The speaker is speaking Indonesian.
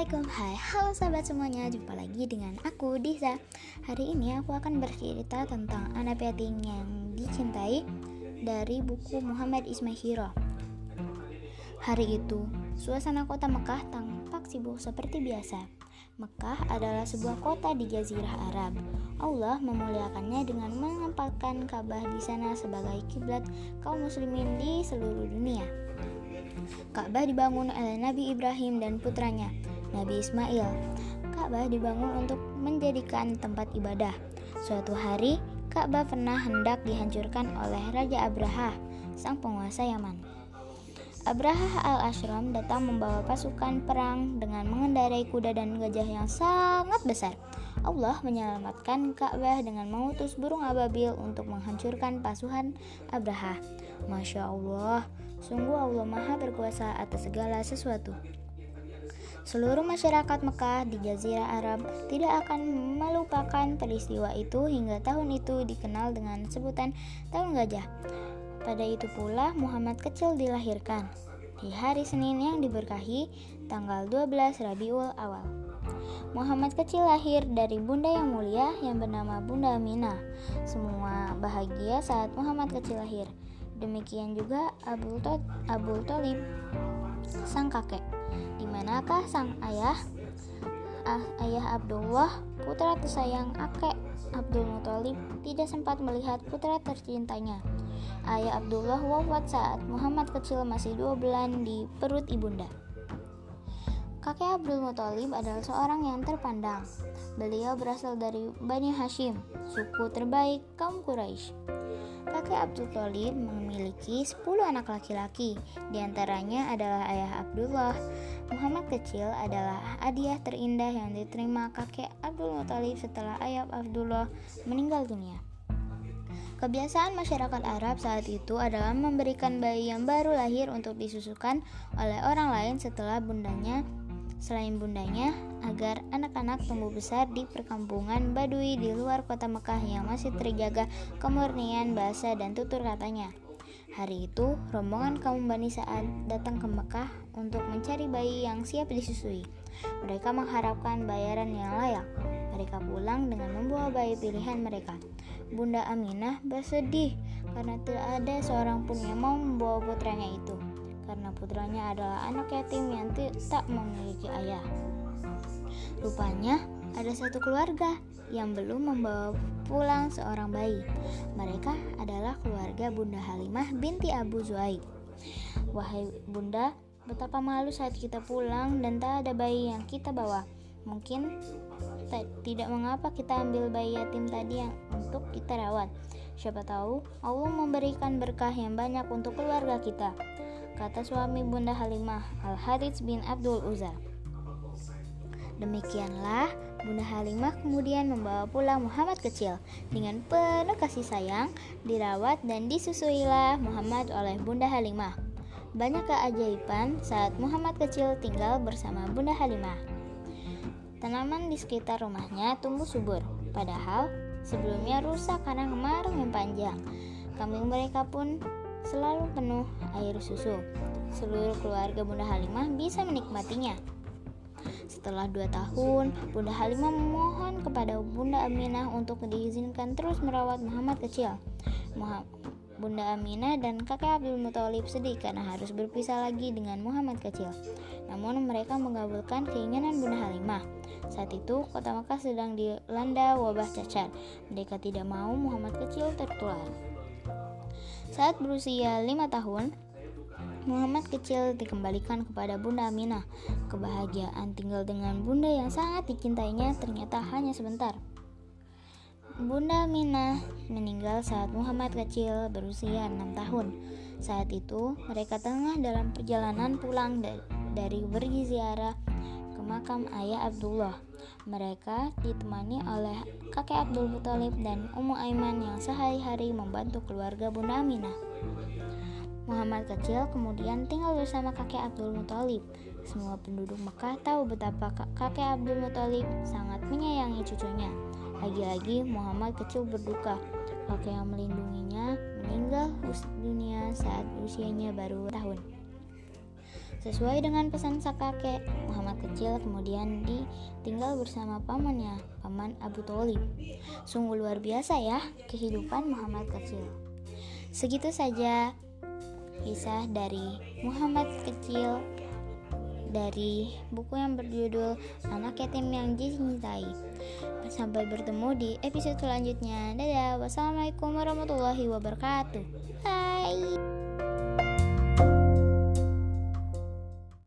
Assalamualaikum, halo sahabat semuanya. Jumpa lagi dengan aku, Disa. Hari ini aku akan bercerita tentang anak yatim yang dicintai dari buku Muhammad Ismail. Hari itu, suasana kota Mekah tampak sibuk seperti biasa. Mekah adalah sebuah kota di Jazirah Arab. Allah memuliakannya dengan menempatkan Ka'bah di sana sebagai kiblat kaum muslimin di seluruh dunia. Ka'bah dibangun oleh Nabi Ibrahim dan putranya, Nabi Ismail. Ka'bah dibangun untuk menjadikan tempat ibadah. Suatu hari, Ka'bah pernah hendak dihancurkan oleh Raja Abraha, sang penguasa Yaman. Abraha al-Ashram datang membawa pasukan perang dengan mengendarai kuda dan gajah yang sangat besar. Allah menyelamatkan Ka'bah dengan mengutus burung ababil untuk menghancurkan pasukan Abraha. Masya Allah, sungguh Allah Maha Berkuasa atas segala sesuatu. Seluruh masyarakat Mekah di Jazirah Arab tidak akan melupakan peristiwa itu hingga tahun itu dikenal dengan sebutan Tahun Gajah. Pada itu pula Muhammad kecil dilahirkan di hari Senin yang diberkahi, tanggal 12 Rabiul Awal. Muhammad kecil lahir dari bunda yang mulia yang bernama Bunda Aminah. Semua bahagia saat Muhammad kecil lahir. Demikian juga Abu Thalib, sang kakek. Di manakah sang ayah? Ayah Abdullah, putra tersayang kakek Abdul Muthalib, tidak sempat melihat putra tercintanya. Ayah Abdullah wafat saat Muhammad kecil masih 2 bulan di perut ibunda. Kakek Abdul Muthalib adalah seorang yang terpandang. Beliau berasal dari Bani Hashim, suku terbaik kaum Quraisy. Kakek Abdul Thalib memiliki 10 anak laki-laki, di antaranya adalah ayah Abdullah. Muhammad kecil adalah hadiah terindah yang diterima kakek Abdul Muthalib setelah ayah Abdullah meninggal dunia. Kebiasaan masyarakat Arab saat itu adalah memberikan bayi yang baru lahir untuk disusukan oleh orang lain selain bundanya, agar anak-anak tumbuh besar di perkampungan Badui di luar kota Mekah yang masih terjaga kemurnian bahasa dan tutur katanya. Hari itu, rombongan kaum Bani Sa'ad datang ke Mekah untuk mencari bayi yang siap disusui. Mereka mengharapkan bayaran yang layak. Mereka pulang dengan membawa bayi pilihan mereka. Bunda Aminah bersedih karena tidak ada seorang pun yang mau membawa putranya itu, karena putranya adalah anak yatim yang tak memiliki ayah. Rupanya ada satu keluarga yang belum membawa pulang seorang bayi. Mereka adalah keluarga Bunda Halimah binti Abu Zuhaib. Wahai bunda, betapa malu saat kita pulang dan tak ada bayi yang kita bawa. Mungkin tidak mengapa kita ambil bayi yatim tadi yang untuk kita rawat. Siapa tahu Allah memberikan berkah yang banyak untuk keluarga kita, kata suami Bunda Halimah, Al-Harits bin Abdul Uzza. Demikianlah Bunda Halimah kemudian membawa pulang Muhammad kecil. Dengan penuh kasih sayang, dirawat dan disusuilah Muhammad oleh Bunda Halimah. Banyak keajaiban saat Muhammad kecil tinggal bersama Bunda Halimah. Tanaman di sekitar rumahnya tumbuh subur, padahal sebelumnya rusak karena kemarau yang panjang. Kambing mereka pun selalu penuh air susu. Seluruh keluarga Bunda Halimah bisa menikmatinya. Setelah 2 tahun, Bunda Halimah memohon kepada Bunda Aminah untuk diizinkan terus merawat Muhammad kecil. Bunda Aminah dan kakek Abdul Muthalib sedih karena harus berpisah lagi dengan Muhammad kecil. Namun mereka mengabulkan keinginan Bunda Halimah. Saat itu, kota Makkah sedang dilanda wabah cacar. Mereka tidak mau Muhammad kecil tertular. Saat berusia 5 tahun, Muhammad kecil dikembalikan kepada Bunda Aminah. Kebahagiaan tinggal dengan bunda yang sangat dicintainya ternyata hanya sebentar. Bunda Aminah meninggal saat Muhammad kecil berusia 6 tahun. Saat itu, mereka tengah dalam perjalanan pulang dari berziarah ke makam ayah Abdullah. Mereka ditemani oleh kakek Abdul Muthalib dan Ummu Aiman yang sehari-hari membantu keluarga Bunda Aminah. Muhammad kecil kemudian tinggal bersama kakek Abdul Muthalib. Semua penduduk Mekah tahu betapa kakek Abdul Muthalib sangat menyayangi cucunya. Lagi-lagi Muhammad kecil berduka. Kakek yang melindunginya meninggal dunia saat usianya baru tahun. Sesuai dengan pesan sang kakek, Muhammad kecil kemudian ditinggal bersama pamannya, Paman Abu Tholib. Sungguh luar biasa ya kehidupan Muhammad kecil. Segitu saja kisah dari Muhammad kecil dari buku yang berjudul Anak Yatim yang Dicintai. Sampai bertemu di episode selanjutnya. Dadah. Wassalamualaikum warahmatullahi wabarakatuh. Bye.